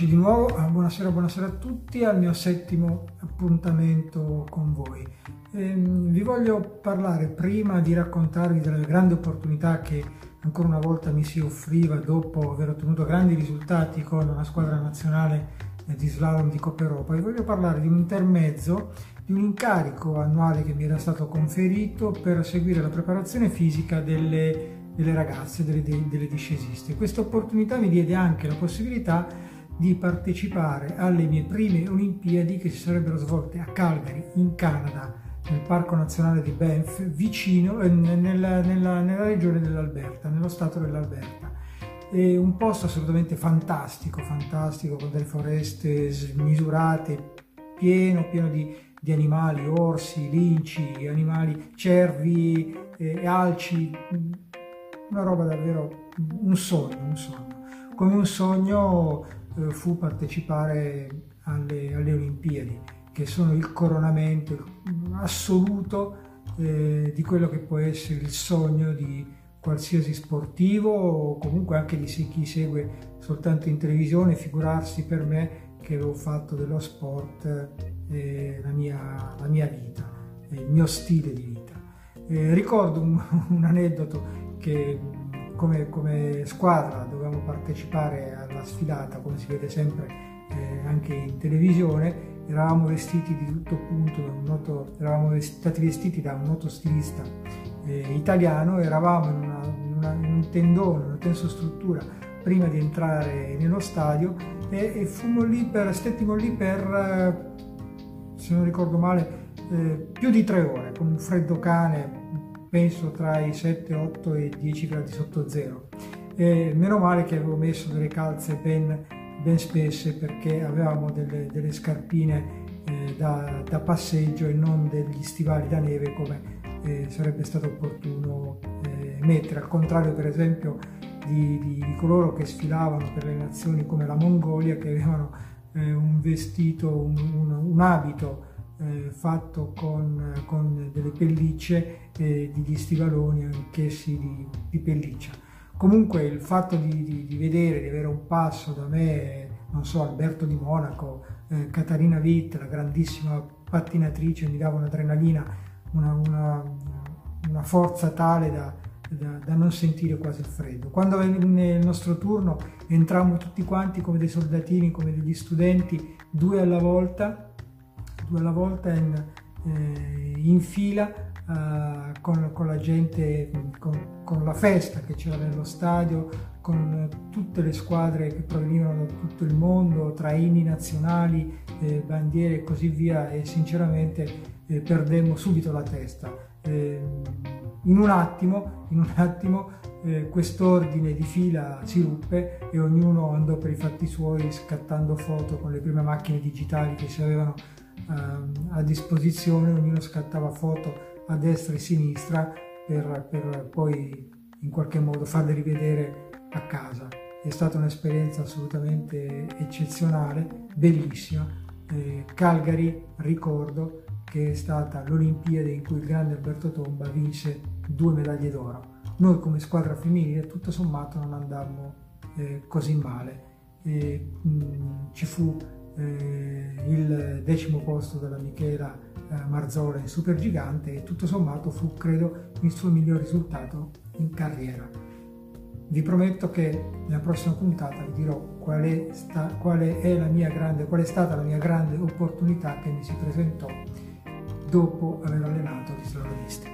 Eccoci di nuovo, buonasera a tutti al mio settimo appuntamento con voi. Vi voglio parlare, prima di raccontarvi della grande opportunità che ancora una volta mi si offriva dopo aver ottenuto grandi risultati con la squadra nazionale di slalom di Coppa Europa. Vi voglio parlare di un intermezzo, di un incarico annuale che mi era stato conferito per seguire la preparazione fisica delle ragazze, delle discesiste. Questa opportunità mi diede anche la possibilità di partecipare alle mie prime Olimpiadi che si sarebbero svolte a Calgary, in Canada, nel Parco Nazionale di Banff, vicino, nella regione dell'Alberta, nello stato dell'Alberta. È un posto assolutamente fantastico, con delle foreste smisurate, pieno di animali, orsi, linci, animali, cervi, alci, una roba davvero, un sogno. Come un sogno fu partecipare alle Olimpiadi, che sono il coronamento assoluto di quello che può essere il sogno di qualsiasi sportivo o comunque anche di chi segue soltanto in televisione. Figurarsi per me che avevo fatto dello sport la mia vita, il mio stile di vita. Ricordo un aneddoto che come squadra dovevamo partecipare alla sfilata, come si vede sempre anche in televisione. Eravamo vestiti di tutto punto eravamo stati vestiti da un noto stilista italiano. Eravamo in un tendone, una tensostruttura prima di entrare nello stadio e stettimo lì per, se non ricordo male, più di 3 ore, con un freddo cane, penso tra i 7, 8 e 10 gradi sotto zero. Meno male che avevo messo delle calze ben spesse, perché avevamo delle scarpine da passeggio e non degli stivali da neve come sarebbe stato opportuno mettere, al contrario per esempio di coloro che sfilavano per le nazioni come la Mongolia, che avevano un vestito, un abito fatto con delle pellicce, degli stivaloni anch'essi di pelliccia. Comunque il fatto di vedere, di avere un passo da me, non so, Alberto Di Monaco, Catarina Witt, la grandissima pattinatrice, mi dava un'adrenalina, una forza tale da non sentire quasi il freddo. Quando nel nostro turno entrammo tutti quanti come dei soldatini, come degli studenti, due alla volta in fila, con la gente, con la festa che c'era nello stadio, con tutte le squadre che provenivano da tutto il mondo, tra inni nazionali, bandiere e così via, e sinceramente perdemmo subito la testa. In un attimo quest'ordine di fila si ruppe e ognuno andò per i fatti suoi, scattando foto con le prime macchine digitali che si avevano a disposizione. Ognuno scattava foto a destra e a sinistra per poi in qualche modo farle rivedere a casa. È stata un'esperienza assolutamente eccezionale, bellissima. Calgary, ricordo che è stata l'Olimpiade in cui il grande Alberto Tomba vinse 2 medaglie d'oro. Noi come squadra femminile tutto sommato non andammo così male. Ci fu il 10° posto della Michela Marzola in Supergigante, e tutto sommato fu, credo, il suo miglior risultato in carriera. Vi prometto che nella prossima puntata vi dirò qual è stata la mia grande opportunità che mi si presentò dopo aver allenato gli slalomiste.